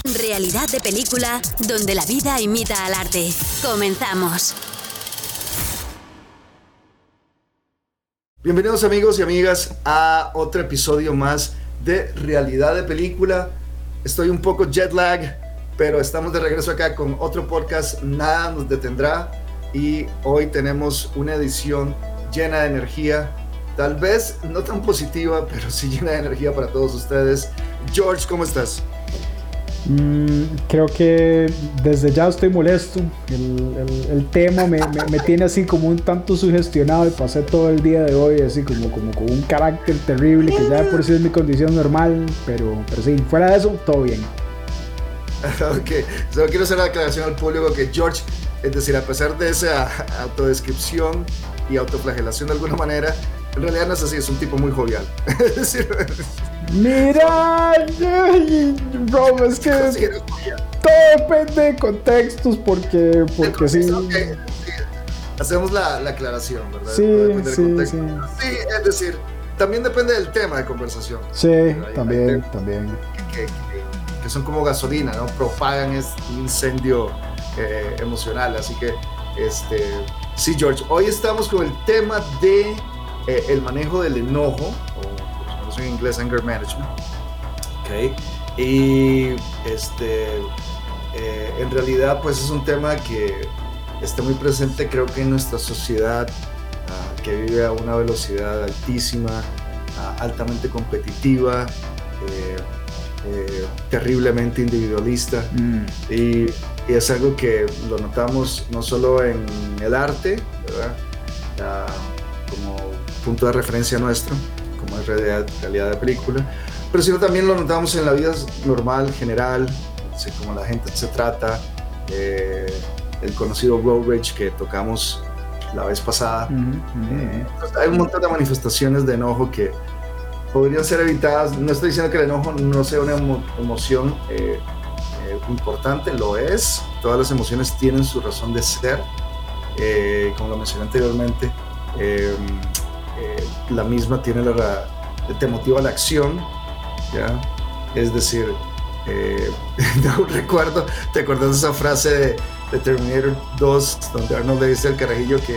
Realidad de película, donde la vida imita al arte. Comenzamos. Bienvenidos amigos y amigas a otro episodio más de Realidad de Película. Estoy un poco jet lag, pero estamos de regreso acá con otro podcast, Nada nos detendrá, y hoy tenemos una edición llena de energía, tal vez no tan positiva, pero sí llena de energía para todos ustedes. George, ¿cómo estás? Creo que desde ya estoy molesto. El tema me tiene así como un tanto sugestionado y pasé todo el día de hoy así como con un carácter terrible que ya de por sí es mi condición normal, pero sí, fuera de eso, todo bien. Ok, solo quiero hacer la aclaración al público que George, es decir, a pesar de esa autodescripción y autoflagelación de alguna manera, en realidad no es así, es un tipo muy jovial. Es decir, mira, bro, es que todo depende de contextos porque sí. Okay. Sí. Hacemos la aclaración, ¿verdad? Sí. Sí, es decir, también depende del tema de conversación. Sí, también. Que son como gasolina, ¿no? Propagan este incendio emocional. Así que, sí, George, hoy estamos con el tema de el manejo del enojo, o en inglés anger management, okay. Y en realidad pues es un tema que está muy presente, creo que en nuestra sociedad que vive a una velocidad altísima, altamente competitiva, terriblemente individualista, y es algo que lo notamos no solo en el arte, ¿verdad? Como punto de referencia nuestro, como es realidad de película, pero sino también lo notamos en la vida normal, general, como la gente se trata, el conocido road rage que tocamos la vez pasada. Hay un montón de manifestaciones de enojo que podrían ser evitadas. No estoy diciendo que el enojo no sea una emoción importante, lo es. Todas las emociones tienen su razón de ser, como lo mencioné anteriormente. La misma tiene te motiva la acción, ¿ya? Es decir, no recuerdo, ¿te acuerdas de esa frase de Terminator 2 donde Arnold le dice al carajillo que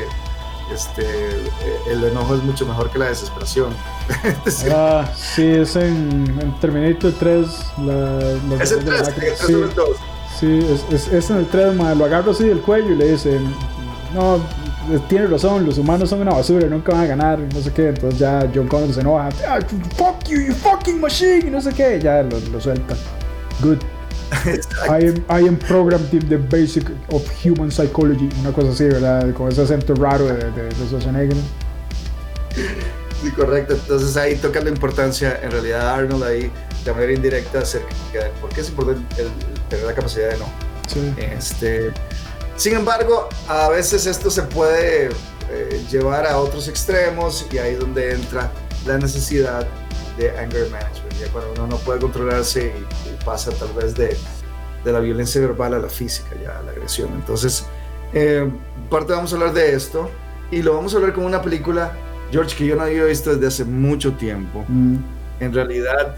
el enojo es mucho mejor que la desesperación? Sí, es en Terminator 3 es el 3, sí, el 2. Sí, es en el 3, lo agarra así del cuello y le dice, no, tiene razón, los humanos son una basura, nunca van a ganar, no sé qué. Entonces ya John Connor se enoja, fuck you, you fucking machine, y no sé qué, ya lo suelta. Good. I am programmed in the basic of human psychology, una cosa así, ¿verdad? Con ese acento raro de Schwarzenegger. Sí, correcto. Entonces ahí toca la importancia, en realidad Arnold ahí de manera indirecta acerca de por qué es importante tener la capacidad de no. Sí. Sin embargo, a veces esto se puede llevar a otros extremos, y ahí es donde entra la necesidad de anger management, ya cuando uno no puede controlarse y pasa tal vez de la violencia verbal a la física, ya a la agresión. Entonces, parte vamos a hablar de esto, y lo vamos a hablar con una película, George, que yo no había visto desde hace mucho tiempo. En realidad,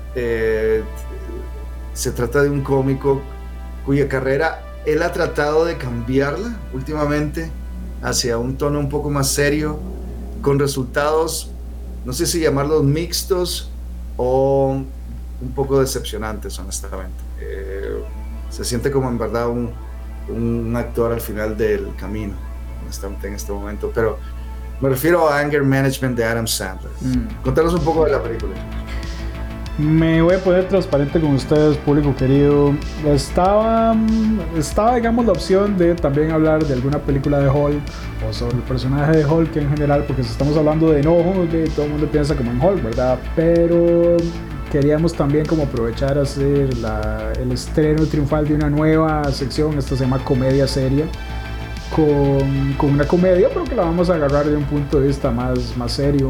se trata de un cómico cuya carrera él ha tratado de cambiarla últimamente hacia un tono un poco más serio, con resultados, no sé si llamarlos mixtos o un poco decepcionantes, honestamente. Se siente como en verdad un actor al final del camino, honestamente, en este momento, pero me refiero a Anger Management de Adam Sandler. Contanos un poco de la película. Me voy a poner transparente con ustedes, público querido. Estaba, digamos, la opción de también hablar de alguna película de Hulk o sobre el personaje de Hulk en general, porque si estamos hablando de enojo, todo el mundo piensa como en Hulk, ¿verdad? Pero queríamos también como aprovechar hacer el estreno triunfal de una nueva sección. Esta se llama Comedia Seria, con una comedia, pero que la vamos a agarrar de un punto de vista más serio.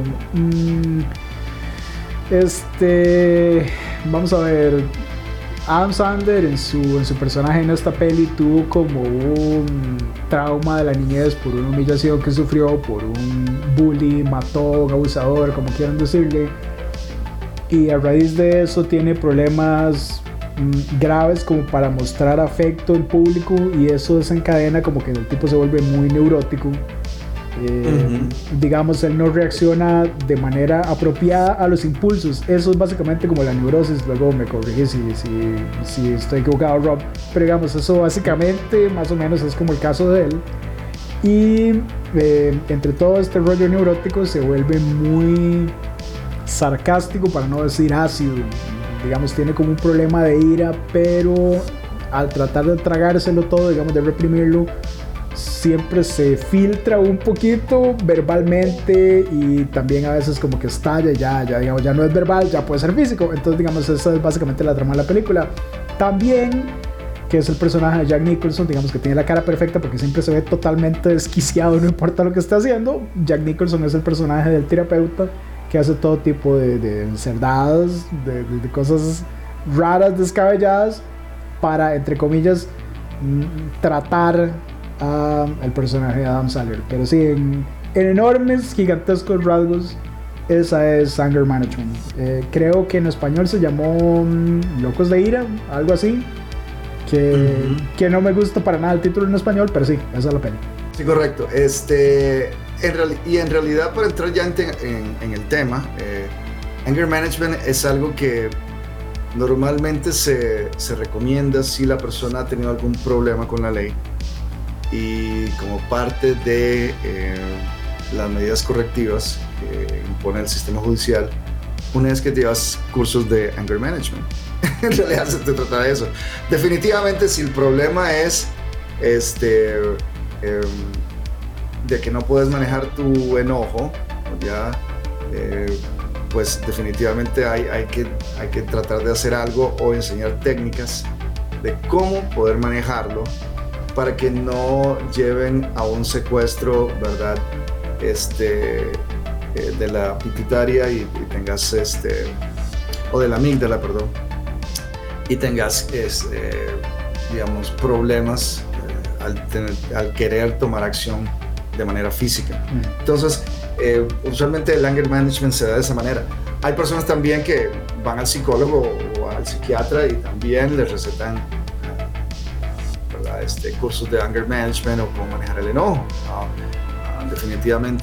Vamos a ver, Adam Sandler en su personaje en esta peli tuvo como un trauma de la niñez por una humillación que sufrió, por un bully, matón, abusador, como quieran decirle, y a raíz de eso tiene problemas graves como para mostrar afecto en público, y eso desencadena como que el tipo se vuelve muy neurótico. Digamos, él no reacciona de manera apropiada a los impulsos. Eso es básicamente como la neurosis. Luego me corrige si estoy equivocado, Rob, pero digamos, eso básicamente más o menos es como el caso de él. Y entre todo este rollo neurótico se vuelve muy sarcástico, para no decir ácido. Digamos, tiene como un problema de ira, pero al tratar de tragárselo todo, digamos, de reprimirlo, siempre se filtra un poquito verbalmente, y también a veces como que estalla, digamos, ya no es verbal, ya puede ser físico. Entonces, digamos, esa es básicamente la trama de la película. También, que es el personaje de Jack Nicholson, digamos que tiene la cara perfecta porque siempre se ve totalmente desquiciado, no importa lo que esté haciendo. Jack Nicholson es el personaje del terapeuta que hace todo tipo de cerdadas, de cosas raras, descabelladas, para, entre comillas, tratar al personaje de Adam Sandler. Pero sí, en enormes, gigantescos rasgos, esa es Anger Management. Creo que en español se llamó Locos de Ira, algo así, que no me gusta para nada el título en español, pero sí, esa es la peli. Sí, correcto. En realidad, para entrar ya en el tema, Anger Management es algo que normalmente se recomienda si la persona ha tenido algún problema con la ley, y como parte de las medidas correctivas que impone el sistema judicial, una vez que llevas cursos de Anger Management. En realidad se trata de eso. Definitivamente, si el problema es de que no puedes manejar tu enojo, ya, pues definitivamente hay que tratar de hacer algo o enseñar técnicas de cómo poder manejarlo para que no lleven a un secuestro, ¿verdad? De la pituitaria y tengas o de la amígdala, perdón, y tengas digamos, problemas al querer tomar acción de manera física. Entonces, usualmente el anger management se da de esa manera. Hay personas también que van al psicólogo o al psiquiatra y también les recetan, ¿verdad? Cursos de anger management o cómo manejar el enojo. Definitivamente.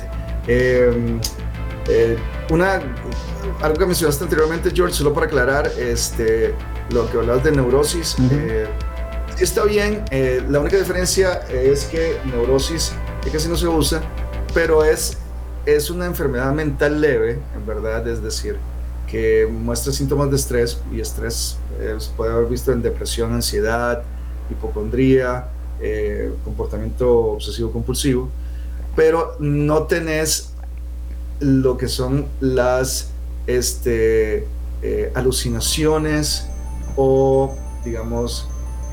Algo que mencionaste anteriormente, George, solo para aclarar, lo que hablabas de neurosis, sí está bien. La única diferencia es que neurosis casi no se usa, pero es una enfermedad mental leve, en verdad, es decir, que muestra síntomas de estrés, y estrés se puede haber visto en depresión, ansiedad, hipocondría, comportamiento obsesivo compulsivo, pero no tenés lo que son las alucinaciones o, digamos,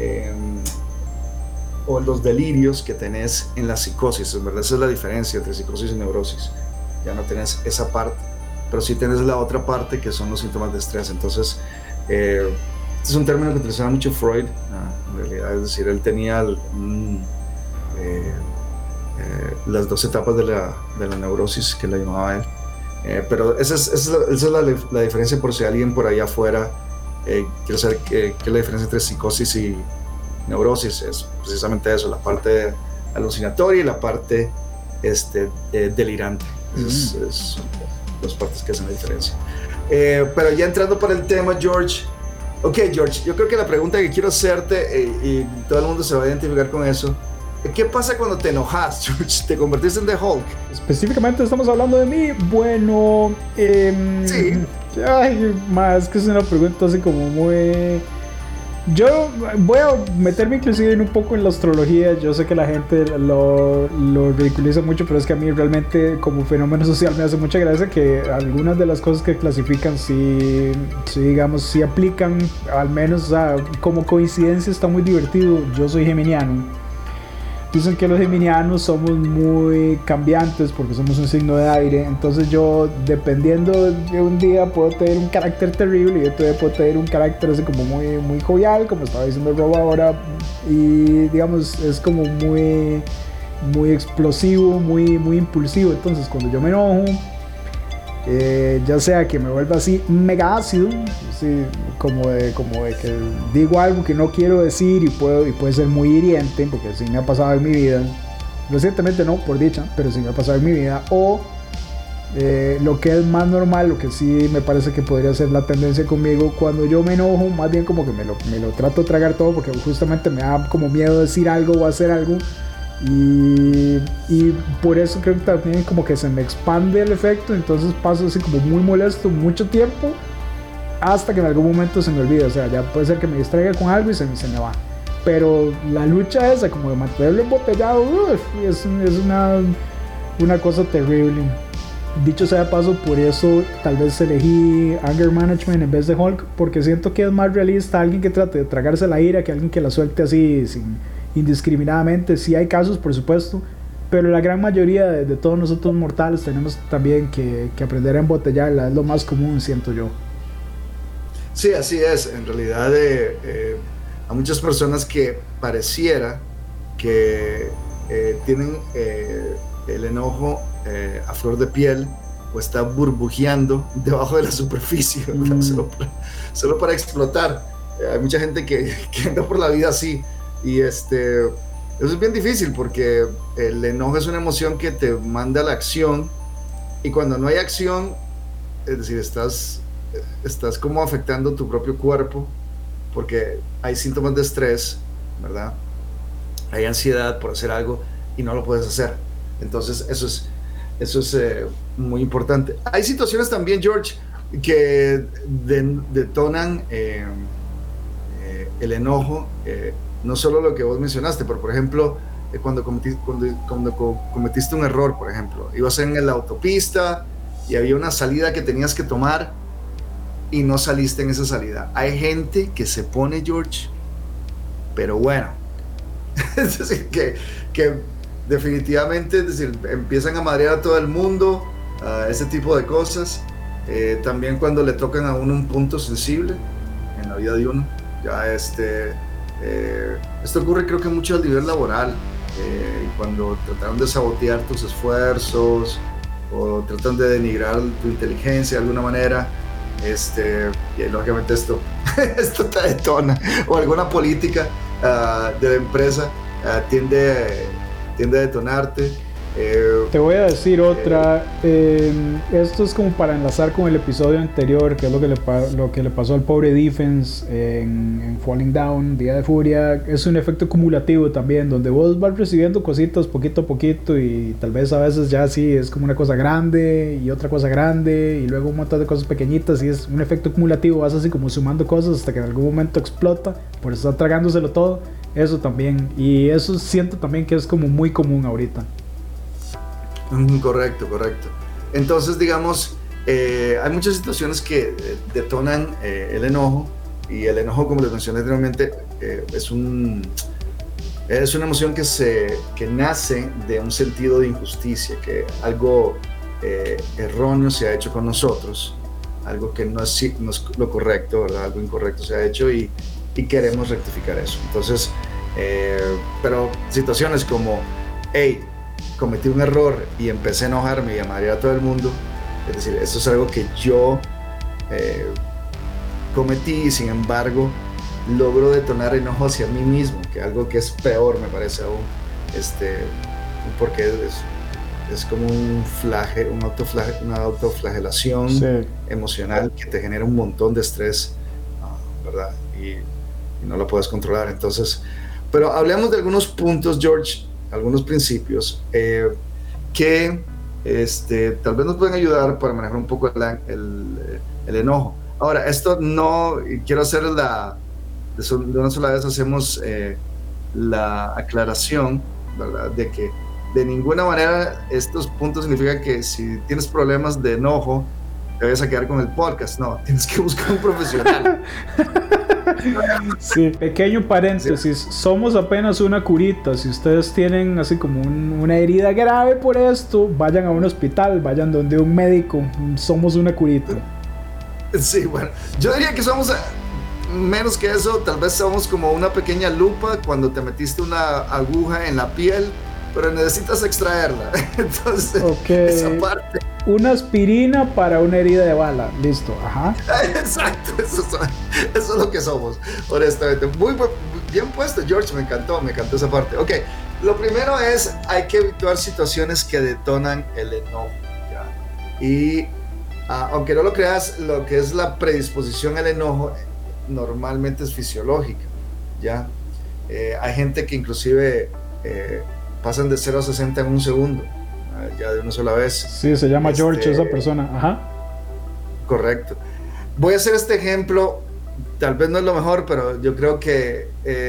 o los delirios que tenés en la psicosis. En verdad, esa es la diferencia entre psicosis y neurosis. Ya no tenés esa parte, pero sí tenés la otra parte, que son los síntomas de estrés. Entonces, este es un término que utilizaba mucho Freud, en realidad, es decir, él tenía las dos etapas de la neurosis, que la llamaba él. Pero esa es la diferencia, por si alguien por allá afuera quiere saber qué es la diferencia entre psicosis y neurosis. Es precisamente eso, la parte alucinatoria y la parte delirante. Es las partes que hacen la diferencia. Pero ya entrando para el tema, George. Ok, George, yo creo que la pregunta que quiero hacerte, y todo el mundo se va a identificar con eso: ¿qué pasa cuando te enojas, George? ¿Te convertiste en The Hulk? Específicamente estamos hablando de mí. Bueno, sí. Ay, más que es una pregunta así como muy... Yo voy a meterme inclusive un poco en la astrología. Yo sé que la gente lo ridiculiza mucho, pero es que a mí realmente, como fenómeno social, me hace mucha gracia que algunas de las cosas que clasifican sí digamos, sí aplican, al menos, o sea, como coincidencia. Está muy divertido. Yo soy geminiano. Dicen que los geminianos somos muy cambiantes porque somos un signo de aire. Entonces yo, dependiendo de un día, puedo tener un carácter terrible, y otro día puedo tener un carácter así como muy, muy jovial, como estaba diciendo Rob ahora. Y digamos, es como muy, muy explosivo, muy, muy impulsivo. Entonces cuando yo me enojo, Ya sea que me vuelva así mega ácido, así, como de que digo algo que no quiero decir y puede ser muy hiriente, porque sí me ha pasado en mi vida. Recientemente no, por dicha, pero sí me ha pasado en mi vida. O lo que es más normal, lo que sí me parece que podría ser la tendencia conmigo, cuando yo me enojo, más bien como que me lo trato de tragar todo, porque justamente me da como miedo decir algo o hacer algo. Y por eso creo que también como que se me expande el efecto, entonces paso así como muy molesto mucho tiempo hasta que en algún momento se me olvida. O sea, ya puede ser que me distraiga con algo y se me va, pero la lucha esa como de mantenerlo embotellado, es una cosa terrible. Dicho sea de paso, por eso tal vez elegí Anger Management en vez de Hulk, porque siento que es más realista alguien que trate de tragarse la ira que alguien que la suelte así indiscriminadamente. Sí hay casos, por supuesto, pero la gran mayoría de todos nosotros mortales tenemos también que aprender a embotellarla. Es lo más común, siento yo. Sí, así es. En realidad a muchas personas que pareciera que tienen el enojo a flor de piel o está burbujeando debajo de la superficie, solo para explotar. Hay mucha gente que anda por la vida así. Y eso es bien difícil porque el enojo es una emoción que te manda a la acción, y cuando no hay acción, es decir, estás como afectando tu propio cuerpo, porque hay síntomas de estrés, ¿verdad? Hay ansiedad por hacer algo y no lo puedes hacer. Entonces eso es muy importante. Hay situaciones también, George, que detonan el enojo. No solo lo que vos mencionaste, pero por ejemplo, cuando cometiste un error, por ejemplo, ibas en la autopista y había una salida que tenías que tomar y no saliste en esa salida. Hay gente que se pone, George, pero bueno, es decir, que definitivamente, es decir, empiezan a madrear a todo el mundo, ese tipo de cosas. También cuando le tocan a uno un punto sensible en la vida de uno, ya esto ocurre creo que mucho a nivel laboral, cuando trataron de sabotear tus esfuerzos o tratan de denigrar tu inteligencia de alguna manera, y lógicamente esto te detona, o alguna política de la empresa tiende a detonarte. Te voy a decir otra. Esto es como para enlazar con el episodio anterior, que es lo que le pasó al pobre Defense en Falling Down, Día de Furia. Es un efecto acumulativo también, donde vos vas recibiendo cositas poquito a poquito, y tal vez a veces ya sí es como una cosa grande y otra cosa grande y luego un montón de cosas pequeñitas, y es un efecto acumulativo. Vas así como sumando cosas hasta que en algún momento explota por estar tragándoselo todo. Eso también, y eso siento también que es como muy común ahorita. Correcto. Entonces, digamos, hay muchas situaciones que detonan el enojo, y el enojo, como les mencioné anteriormente, es una emoción que nace de un sentido de injusticia, que algo erróneo se ha hecho con nosotros, algo que no es lo correcto, ¿verdad? Algo incorrecto se ha hecho, y queremos rectificar eso. Entonces, pero situaciones como, hey, cometí un error y empecé a enojarme y a madrear a todo el mundo, es decir, esto es algo que yo cometí, y sin embargo logro detonar enojo hacia mí mismo, que es algo que es peor, me parece aún, porque es como una autoflagelación, sí, emocional, que te genera un montón de estrés, ¿verdad? Y no lo puedes controlar. Entonces, pero hablemos de algunos puntos, George, algunos principios que tal vez nos pueden ayudar para manejar un poco el enojo. Ahora, esto no quiero hacer de una sola vez hacemos la aclaración, ¿verdad? De que de ninguna manera estos puntos significan que si tienes problemas de enojo te vayas a quedar con el podcast. No, tienes que buscar un profesional. Sí, pequeño paréntesis, sí. Somos apenas una curita. Si ustedes tienen así como una herida grave por esto, vayan a un hospital, vayan donde un médico. Somos una curita. Sí, bueno, yo diría que somos menos que eso. Tal vez somos como una pequeña lupa cuando te metiste una aguja en la piel, pero necesitas extraerla. Entonces, okay, esa parte una aspirina para una herida de bala. Listo, ajá. Exacto, eso es lo que somos, honestamente. Muy bien puesto, George, me encantó esa parte. Ok, lo primero es, hay que evitar situaciones que detonan el enojo, ¿ya? Y aunque no lo creas, lo que es la predisposición al enojo normalmente es fisiológica, ¿ya? Hay gente que inclusive pasan de 0 a 60 en un segundo, ya de una sola vez. Sí, se llama George esa persona, ajá. Correcto. Voy a hacer este ejemplo, tal vez no es lo mejor, pero yo creo que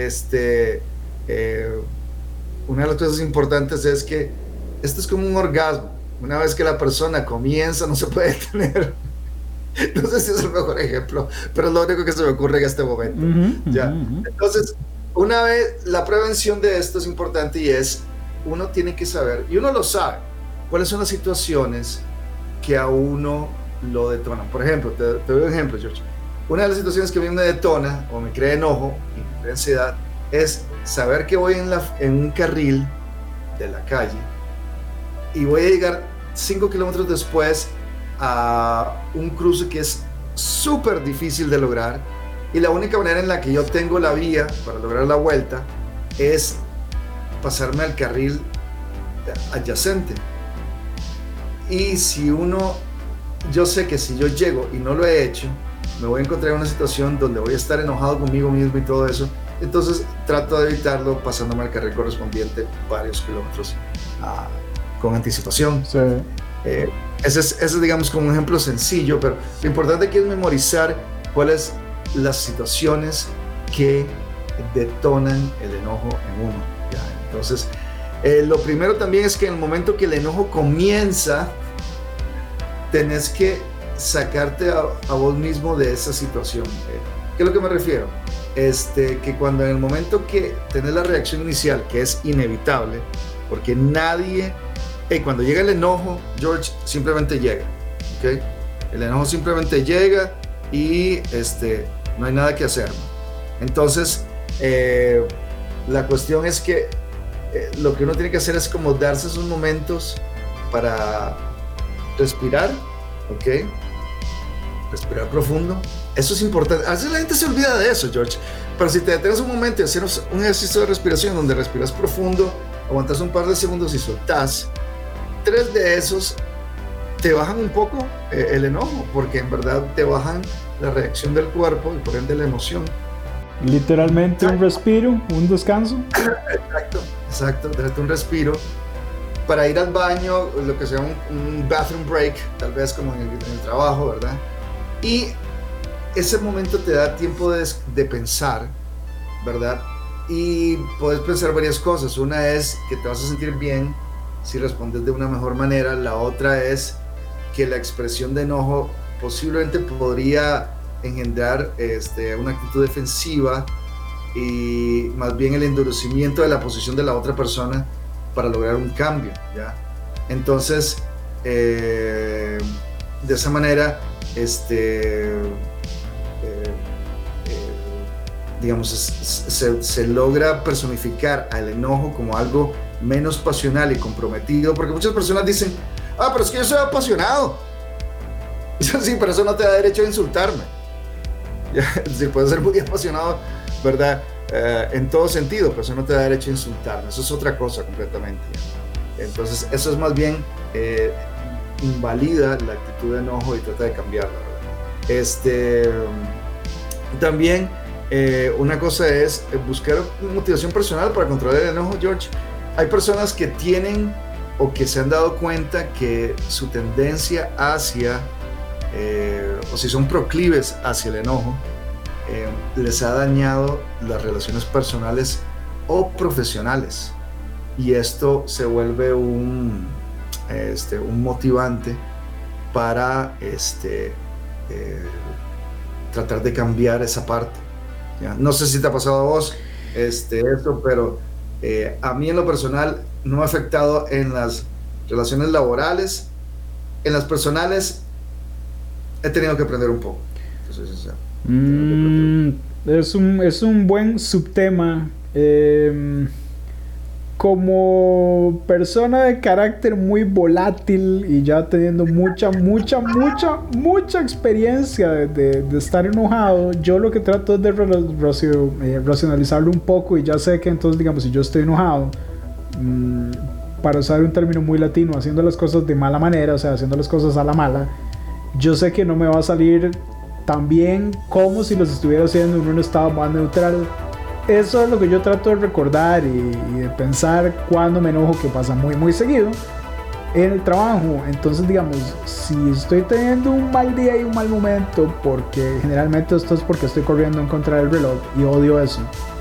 una de las cosas importantes es que esto es como un orgasmo. Una vez que la persona comienza, no se puede detener. No sé si es el mejor ejemplo, pero es lo único que se me ocurre en este momento. ¿Ya? Entonces, una vez, la prevención de esto es importante y es, uno tiene que saber, y uno lo sabe, cuáles son las situaciones que a uno lo detonan. Por ejemplo, te doy un ejemplo, George. Una de las situaciones que a mí me detona o me crea enojo y me crea ansiedad es saber que voy en un carril de la calle y voy a llegar 5 kilómetros después a un cruce que es súper difícil de lograr, y la única manera en la que yo tengo la vía para lograr la vuelta es pasarme al carril adyacente. Y si yo sé que si yo llego y no lo he hecho, me voy a encontrar en una situación donde voy a estar enojado conmigo mismo y todo eso. Entonces trato de evitarlo pasándome al carril correspondiente varios kilómetros con anticipación. Sí. Ese es, digamos, como un ejemplo sencillo, pero lo importante aquí es memorizar cuáles las situaciones que detonan el enojo en uno, ¿ya? Entonces, lo primero también es que en el momento que el enojo comienza, tenés que sacarte a vos mismo de esa situación. ¿Qué es lo que me refiero? Que cuando en el momento que tenés la reacción inicial, que es inevitable, porque nadie... cuando llega el enojo, George, simplemente llega, ¿ok? El enojo simplemente llega y no hay nada que hacer. Entonces, la cuestión es que lo que uno tiene que hacer es como darse esos momentos para respirar, ¿ok? Respirar profundo. Eso es importante. A veces la gente se olvida de eso, George. Pero si te detenes un momento y haces un ejercicio de respiración donde respiras profundo, aguantas un par de segundos y soltás, 3 de esos te bajan un poco el enojo, porque en verdad te bajan la reacción del cuerpo y por ende la emoción. Literalmente un respiro, un descanso. Exacto, date un respiro para ir al baño, lo que sea un bathroom break, tal vez como en el trabajo, ¿verdad? Y ese momento te da tiempo de pensar, ¿verdad? Y puedes pensar varias cosas. Una es que te vas a sentir bien si respondes de una mejor manera. La otra es que la expresión de enojo posiblemente podría engendrar una actitud defensiva y más bien el endurecimiento de la posición de la otra persona para lograr un cambio, ¿ya? Entonces, de esa manera, digamos, se logra personificar al enojo como algo menos pasional y comprometido, porque muchas personas dicen, pero es que yo soy apasionado. Sí, pero eso no te da derecho a insultarme. Sí, puedes ser muy apasionado, ¿verdad? En todo sentido, pero eso no te da derecho a insultarme. Eso es otra cosa completamente. Entonces, eso es más bien invalida la actitud de enojo y trata de cambiarla, ¿verdad? También una cosa es buscar motivación personal para controlar el enojo, George. Hay personas que tienen o que se han dado cuenta que su tendencia hacia, o si son proclives hacia el enojo, les ha dañado las relaciones personales o profesionales. Y esto se vuelve un motivante para tratar de cambiar esa parte, ¿ya? No sé si te ha pasado a vos eso, pero a mí en lo personal no me ha afectado en las relaciones laborales. En las personales he tenido que aprender un poco. Entonces, es un buen subtema. como persona de carácter muy volátil y ya teniendo mucha experiencia de estar enojado, yo lo que trato es de racionalizarlo un poco, y ya sé que entonces, digamos, si yo estoy enojado, para usar un término muy latino, haciendo las cosas de mala manera, o sea, haciendo las cosas a la mala, yo sé que no me va a salir tan bien como si los estuviera haciendo en un estado más neutral. Eso es lo que yo trato de recordar y de pensar cuando me enojo, que pasa muy seguido en el trabajo. Entonces, digamos, si estoy teniendo un mal día y un mal momento, porque generalmente esto es porque estoy corriendo en contra del reloj y odio eso,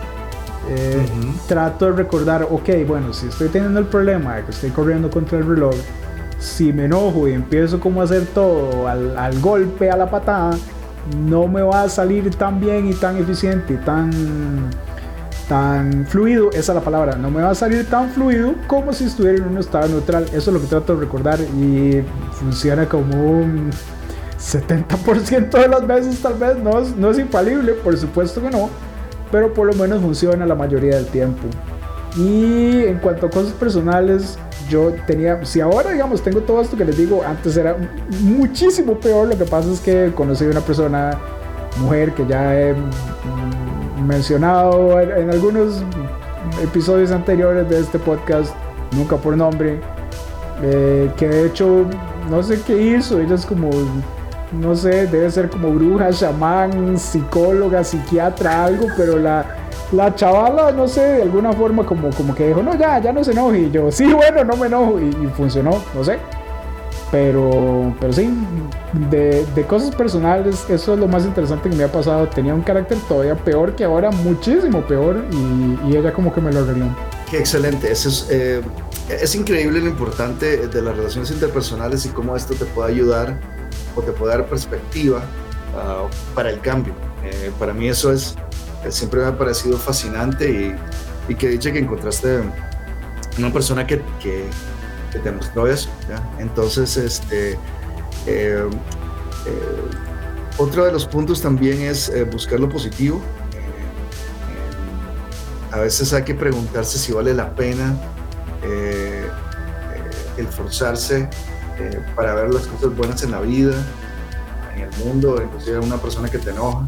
trato de recordar, ok, bueno, si estoy teniendo el problema de que estoy corriendo contra el reloj, si me enojo y empiezo como a hacer todo al golpe, a la patada, no me va a salir tan bien y tan eficiente y tan fluido, esa es la palabra, no me va a salir tan fluido como si estuviera en un estado neutral. Eso es lo que trato de recordar, y funciona como un 70% de las veces. Tal vez no es infalible, por supuesto que no, pero por lo menos funciona la mayoría del tiempo. Y en cuanto a cosas personales, yo tenía, si ahora digamos tengo todo esto que les digo, antes era muchísimo peor. Lo que pasa es que conocí a una persona, mujer, que ya he mencionado en algunos episodios anteriores de este podcast, nunca por nombre, que de hecho no sé qué hizo. Ella es como, no sé, debe ser como bruja, chamán, psicóloga, psiquiatra, algo, pero la chavala, no sé, de alguna forma como que dijo, no, ya no se enoje, y yo, sí, bueno, no me enojo, y funcionó, no sé. Pero sí, de cosas personales, eso es lo más interesante que me ha pasado. Tenía un carácter todavía peor que ahora, muchísimo peor, y ella como que me lo arregló. Qué excelente. Eso es increíble lo importante de las relaciones interpersonales y cómo esto te puede ayudar o te puede dar perspectiva para el cambio. Para mí eso siempre me ha parecido fascinante, y que dicha que encontraste una persona que te mostró eso, ¿ya? Entonces, otro de los puntos también es buscar lo positivo. A veces hay que preguntarse si vale la pena el forzarse para ver las cosas buenas en la vida, en el mundo, inclusive una persona que te enoja.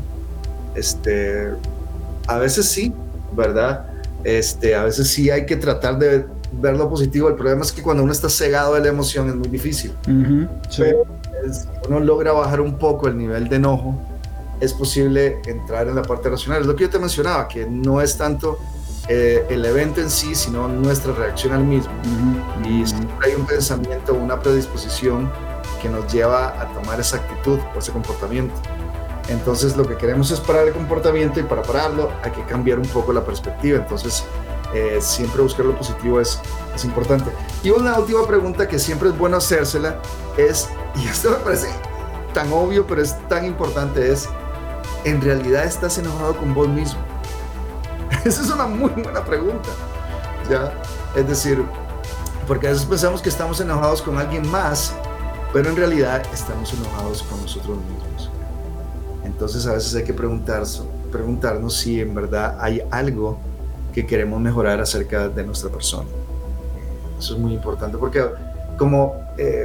A veces sí, ¿verdad? A veces sí hay que tratar de ver lo positivo. El problema es que cuando uno está cegado de la emoción es muy difícil. Sí. Pero si uno logra bajar un poco el nivel de enojo, es posible entrar en la parte racional. Es lo que yo te mencionaba, que no es tanto el evento en sí, sino nuestra reacción al mismo. Y siempre hay un pensamiento, una predisposición que nos lleva a tomar esa actitud o ese comportamiento. Entonces lo que queremos es parar el comportamiento, y para pararlo hay que cambiar un poco la perspectiva. Entonces siempre buscar lo positivo es importante. Y una última pregunta que siempre es bueno hacérsela es, y esto me parece tan obvio pero es tan importante, es: ¿en realidad estás enojado con vos mismo? Esa es una muy buena pregunta, ¿ya? Es decir, porque a veces pensamos que estamos enojados con alguien más, pero en realidad estamos enojados con nosotros mismos. Entonces a veces hay que preguntarnos si en verdad hay algo que queremos mejorar acerca de nuestra persona. Eso es muy importante, porque como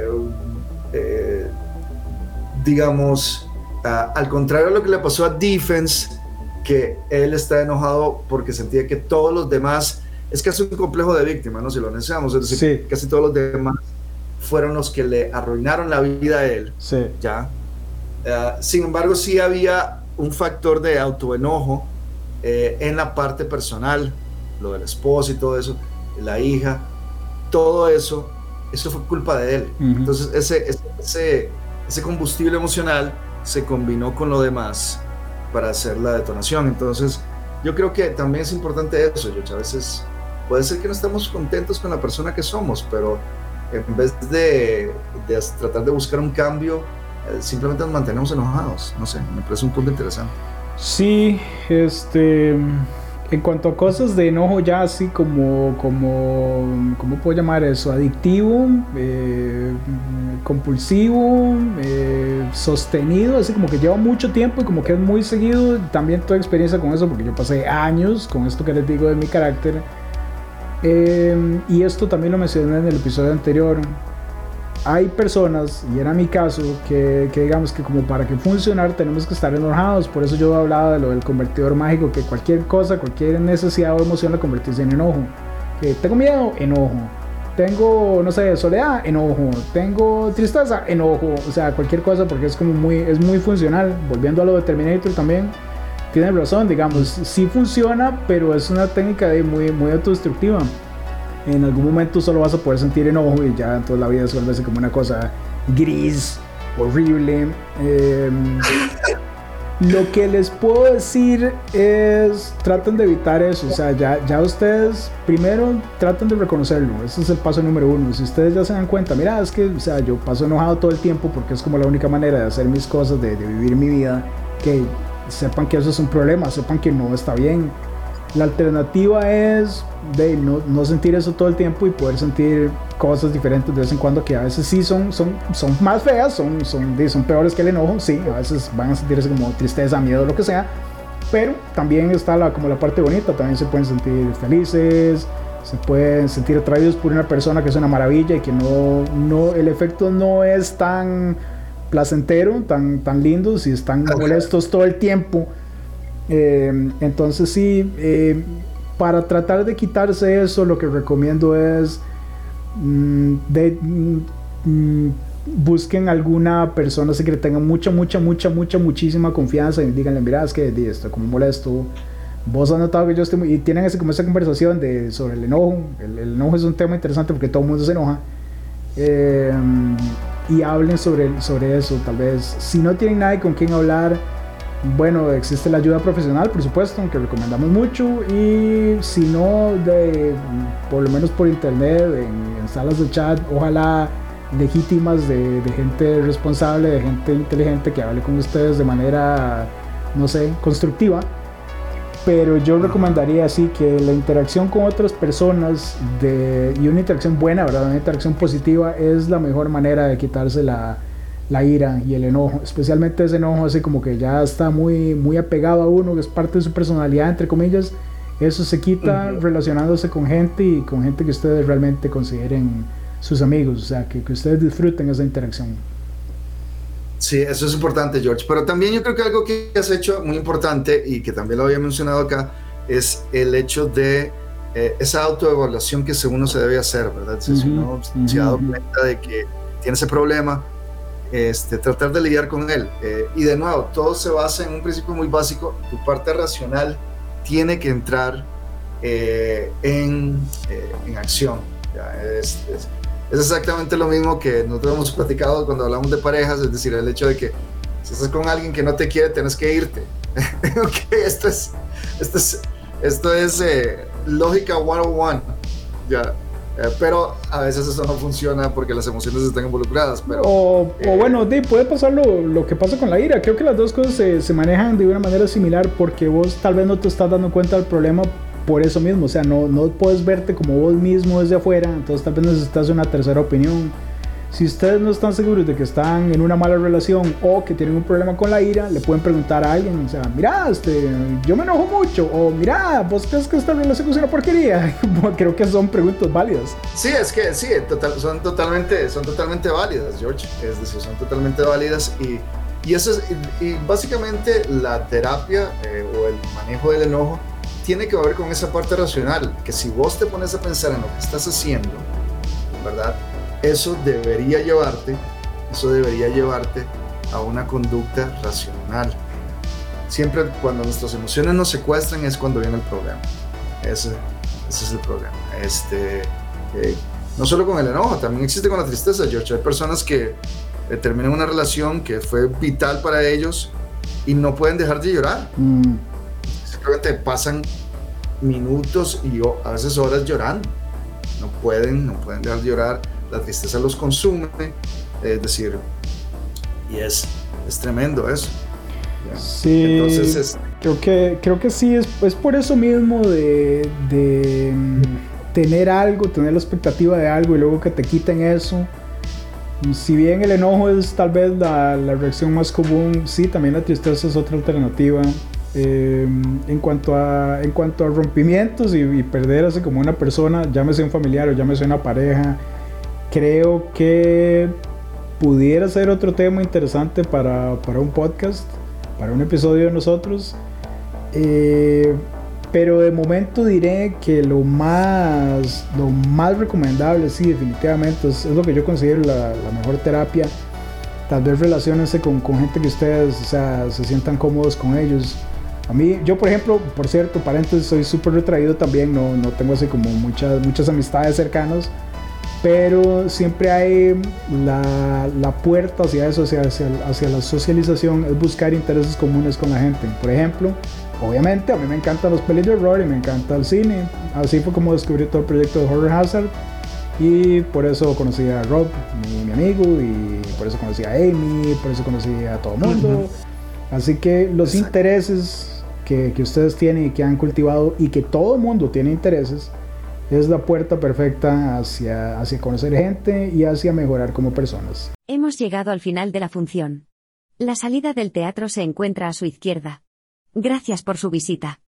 digamos, al contrario de lo que le pasó a Defense, que él está enojado porque sentía que todos los demás, es casi un complejo de víctima, ¿no? Si lo analizamos, es decir, sí, casi todos los demás fueron los que le arruinaron la vida a él, sí. ¿Ya? Sin embargo, sí había un factor de autoenojo en la parte personal, lo del esposo y todo eso, la hija, todo eso fue culpa de él. Entonces ese combustible emocional se combinó con lo demás para hacer la detonación. Entonces yo creo que también es importante eso, George. A veces puede ser que no estamos contentos con la persona que somos, pero en vez de tratar de buscar un cambio, simplemente nos mantenemos enojados. No sé, me parece un punto interesante. Sí, en cuanto a cosas de enojo ya así como ¿cómo puedo llamar eso? Adictivo, compulsivo, sostenido, así como que lleva mucho tiempo y como que es muy seguido. También tengo experiencia con eso porque yo pasé años con esto que les digo de mi carácter. Y esto también lo mencioné en el episodio anterior. Hay personas, y era mi caso, que digamos que como para que funcionar tenemos que estar enojados. Por eso yo hablaba de lo del convertidor mágico, que cualquier cosa, cualquier necesidad o emoción la convertirse en enojo. Tengo miedo, enojo. Tengo, no sé, soledad, enojo. Tengo tristeza, enojo. O sea, cualquier cosa, porque es como es muy funcional. Volviendo a lo de Terminator también, tienen razón, digamos, sí funciona, pero es una técnica muy autodestructiva. En algún momento solo vas a poder sentir enojo y ya toda la vida se vuelve así como una cosa gris, horrible. Lo que les puedo decir es, traten de evitar eso. O sea, ya ustedes primero traten de reconocerlo. Ese es el paso número 1. Si ustedes ya se dan cuenta, mira, es que, o sea, yo paso enojado todo el tiempo porque es como la única manera de hacer mis cosas, de vivir mi vida, que sepan que eso es un problema, sepan que no está bien. La alternativa es de no sentir eso todo el tiempo y poder sentir cosas diferentes de vez en cuando, que a veces sí son más feas, son peores que el enojo. Sí, a veces van a sentirse como tristeza, miedo, lo que sea, pero también está como la parte bonita. También se pueden sentir felices, se pueden sentir atraídos por una persona que es una maravilla y que el efecto no es tan placentero, tan lindo si están molestos todo el tiempo. Entonces sí, para tratar de quitarse eso, lo que recomiendo es busquen alguna persona así que le tengan muchísima confianza y díganle, mira, es que estoy como molesto, vos has notado que yo estoy muy... y tienen como esa conversación sobre el enojo. El enojo es un tema interesante porque todo el mundo se enoja, y hablen sobre eso. Tal vez si no tienen nadie con quien hablar, bueno, existe la ayuda profesional, por supuesto, que recomendamos mucho, y si no, por lo menos por internet, en salas de chat, ojalá legítimas, de gente responsable, de gente inteligente que hable con ustedes de manera, no sé, constructiva. Pero yo recomendaría así que la interacción con otras personas y una interacción buena, ¿verdad? Una interacción positiva es la mejor manera de quitarse la ira y el enojo, especialmente ese enojo así como que ya está muy apegado a uno, que es parte de su personalidad, entre comillas. Eso se quita relacionándose con gente, y con gente que ustedes realmente consideren sus amigos, o sea, que ustedes disfruten esa interacción. Sí, eso es importante, George, pero también yo creo que algo que has hecho muy importante y que también lo había mencionado acá es el hecho de esa autoevaluación que uno se debe hacer, ¿verdad? Si uno se ha dado cuenta de que tiene ese problema, tratar de lidiar con él, y de nuevo, todo se basa en un principio muy básico. Tu parte racional tiene que entrar en acción. ¿Ya? Es exactamente lo mismo que nosotros hemos platicado cuando hablamos de parejas, es decir, el hecho de que si estás con alguien que no te quiere, tienes que irte. Okay, esto es lógica 101, ¿ya? Pero a veces eso no funciona porque las emociones están involucradas. Pero, o bueno, puede pasar lo que pasa con la ira. Creo que las dos cosas se manejan de una manera similar, porque vos tal vez no te estás dando cuenta del problema por eso mismo. O sea, no puedes verte como vos mismo desde afuera, entonces tal vez necesitas una tercera opinión. Si ustedes no están seguros de que están en una mala relación o que tienen un problema con la ira, le pueden preguntar a alguien, o sea, mira, yo me enojo mucho, o mira, ¿vos crees que esta relación es una porquería? Creo que son preguntas válidas. Sí, es que sí, son totalmente válidas, George. Es decir, son totalmente válidas, y eso es, y básicamente la terapia o el manejo del enojo tiene que ver con esa parte racional, que si vos te pones a pensar en lo que estás haciendo, ¿verdad? Eso debería llevarte a una conducta racional. Siempre cuando nuestras emociones nos secuestran es cuando viene el problema. Ese es el problema. No solo con el enojo, también existe con la tristeza, George. Hay personas que terminan una relación que fue vital para ellos y no pueden dejar de llorar. Simplemente pasan minutos y a veces horas llorando. No pueden dejar de llorar. La tristeza los consume, es decir, y es tremendo eso. ¿Ya? Sí, entonces creo que sí, es por eso mismo de tener algo, tener la expectativa de algo y luego que te quiten eso. Si bien el enojo es tal vez la reacción más común, sí, también la tristeza es otra alternativa. En cuanto a rompimientos y perder así como una persona, llámese un familiar o llámese una pareja, creo que pudiera ser otro tema interesante para un podcast, para un episodio de nosotros. Pero de momento diré que lo más recomendable, sí, definitivamente, es lo que yo considero la mejor terapia. Tal vez relaciónense con gente que ustedes, o sea, se sientan cómodos con ellos. A mí, yo por ejemplo, por cierto, paréntesis, soy súper retraído también, no tengo así como muchas amistades cercanas, pero siempre hay la puerta hacia eso, hacia la socialización, es buscar intereses comunes con la gente. Por ejemplo, obviamente a mí me encantan los pelis de horror y me encanta el cine, así fue como descubrí todo el proyecto de Horror Hazard, y por eso conocí a Rob, mi amigo, y por eso conocí a Amy, por eso conocí a todo el mundo. Así que los intereses que ustedes tienen y que han cultivado, y que todo el mundo tiene intereses, es la puerta perfecta hacia conocer gente y hacia mejorar como personas. Hemos llegado al final de la función. La salida del teatro se encuentra a su izquierda. Gracias por su visita.